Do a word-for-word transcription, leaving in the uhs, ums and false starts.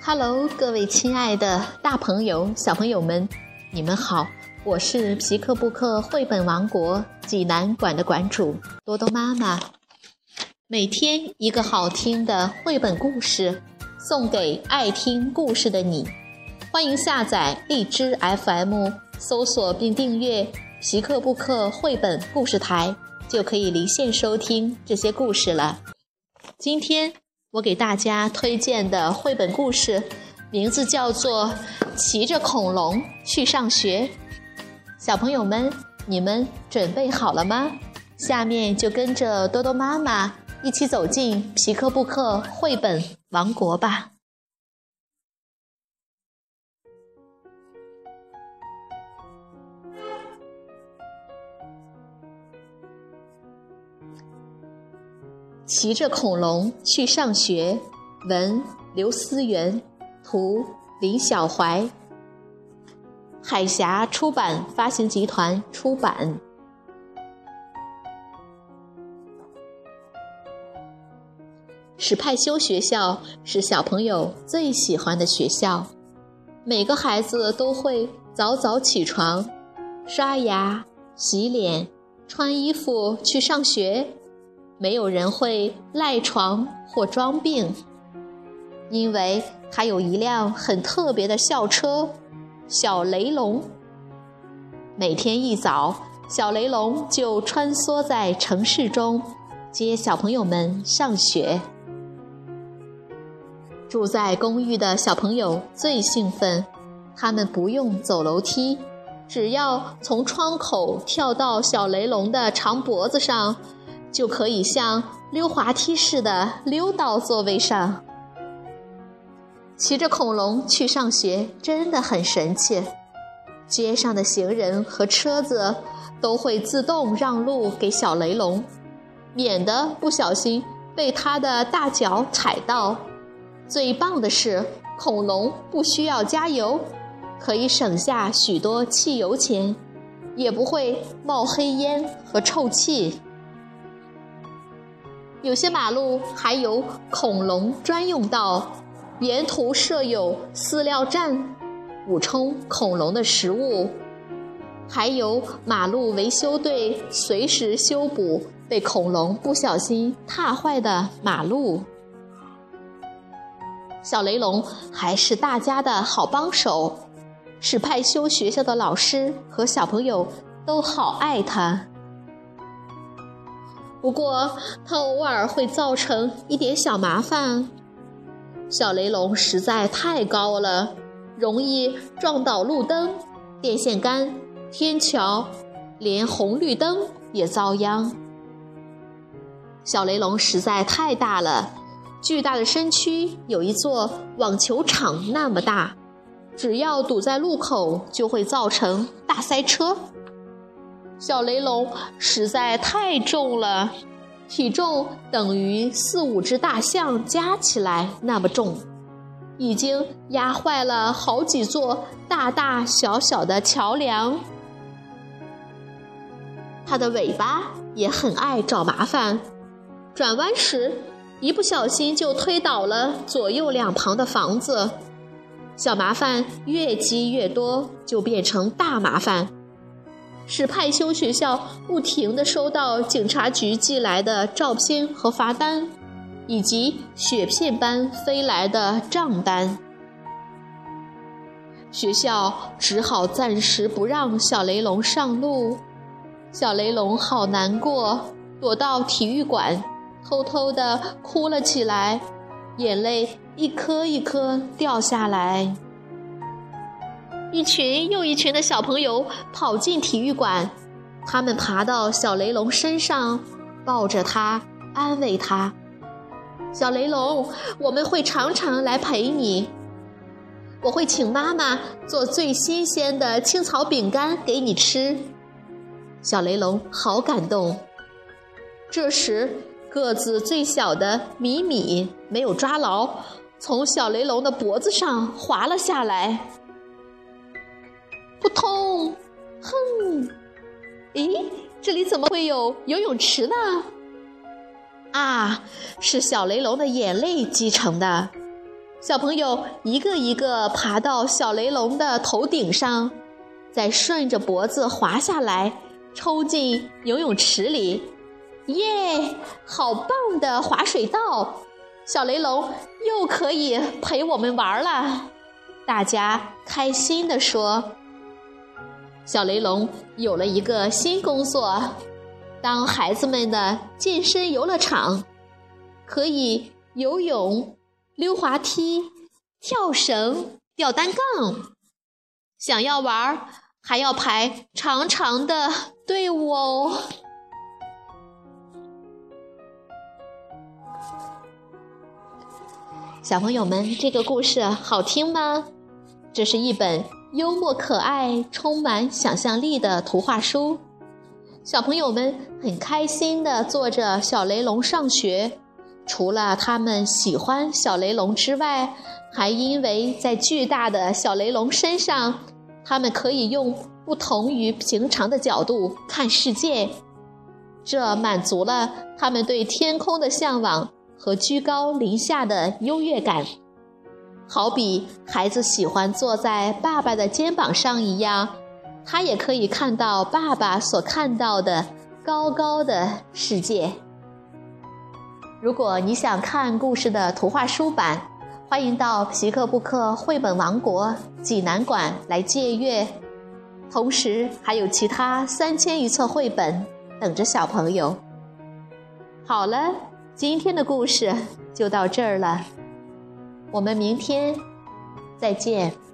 Hello， 各位亲爱的大朋友、小朋友们，你们好！我是皮克布克绘本王国济南馆的馆主多多妈妈。每天一个好听的绘本故事，送给爱听故事的你。欢迎下载荔枝 F M， 搜索并订阅皮克布克绘本故事台，就可以离线收听这些故事了。今天我给大家推荐的绘本故事名字叫做《骑着恐龙去上学》。小朋友们，你们准备好了吗？下面就跟着多多妈妈一起走进皮克布克绘本王国吧。骑着恐龙去上学，文刘思源，图李小怀，海峡出版发行集团出版。史派修学校是小朋友最喜欢的学校，每个孩子都会早早起床，刷牙、洗脸、穿衣服去上学。没有人会赖床或装病，因为还有一辆很特别的校车——小雷龙。每天一早，小雷龙就穿梭在城市中，接小朋友们上学。住在公寓的小朋友最兴奋，他们不用走楼梯，只要从窗口跳到小雷龙的长脖子上，就可以像溜滑梯似的溜到座位上。骑着恐龙去上学真的很神气，街上的行人和车子都会自动让路给小雷龙，免得不小心被他的大脚踩到。最棒的是，恐龙不需要加油，可以省下许多汽油钱，也不会冒黑烟和臭气。有些马路还有恐龙专用道，沿途设有饲料站，补充恐龙的食物，还有马路维修队随时修补被恐龙不小心踏坏的马路。小雷龙还是大家的好帮手，史派修学校的老师和小朋友都好爱他。不过它偶尔会造成一点小麻烦，小雷龙实在太高了，容易撞倒路灯、电线杆、天桥，连红绿灯也遭殃。小雷龙实在太大了，巨大的身躯有一座网球场那么大，只要堵在路口就会造成大塞车。小雷龙实在太重了，体重等于四五只大象加起来那么重，已经压坏了好几座大大小小的桥梁。它的尾巴也很爱找麻烦，转弯时一不小心就推倒了左右两旁的房子，小麻烦越积越多，就变成大麻烦。史派修学校不停地收到警察局寄来的照片和罚单，以及雪片般飞来的账单。学校只好暂时不让小雷龙上路，小雷龙好难过，躲到体育馆偷偷地哭了起来，眼泪一颗一颗掉下来。一群又一群的小朋友跑进体育馆，他们爬到小雷龙身上，抱着它，安慰它。小雷龙，我们会常常来陪你，我会请妈妈做最新鲜的青草饼干给你吃。小雷龙好感动。这时，个子最小的米米没有抓牢，从小雷龙的脖子上滑了下来。扑通！哼！咦，这里怎么会有游泳池呢？啊，是小雷龙的眼泪积成的。 小朋友一个一个爬到小雷龙的头顶上，再顺着脖子滑下来，冲进游泳池里。耶，好棒的滑水道！小雷龙又可以陪我们玩了。大家开心地说。小雷龙有了一个新工作，当孩子们的健身游乐场，可以游泳、溜滑梯、跳绳、吊单杠。想要玩，还要排长长的队伍哦。小朋友们，这个故事好听吗？这是一本幽默可爱、充满想象力的图画书。小朋友们很开心地坐着小雷龙上学，除了他们喜欢小雷龙之外，还因为在巨大的小雷龙身上，他们可以用不同于平常的角度看世界，这满足了他们对天空的向往和居高临下的优越感。好比孩子喜欢坐在爸爸的肩膀上一样，他也可以看到爸爸所看到的高高的世界。如果你想看故事的图画书版，欢迎到皮克布克绘本王国济南馆来借阅，同时还有其他三千余册绘本等着小朋友。好了，今天的故事就到这儿了，我们明天再见。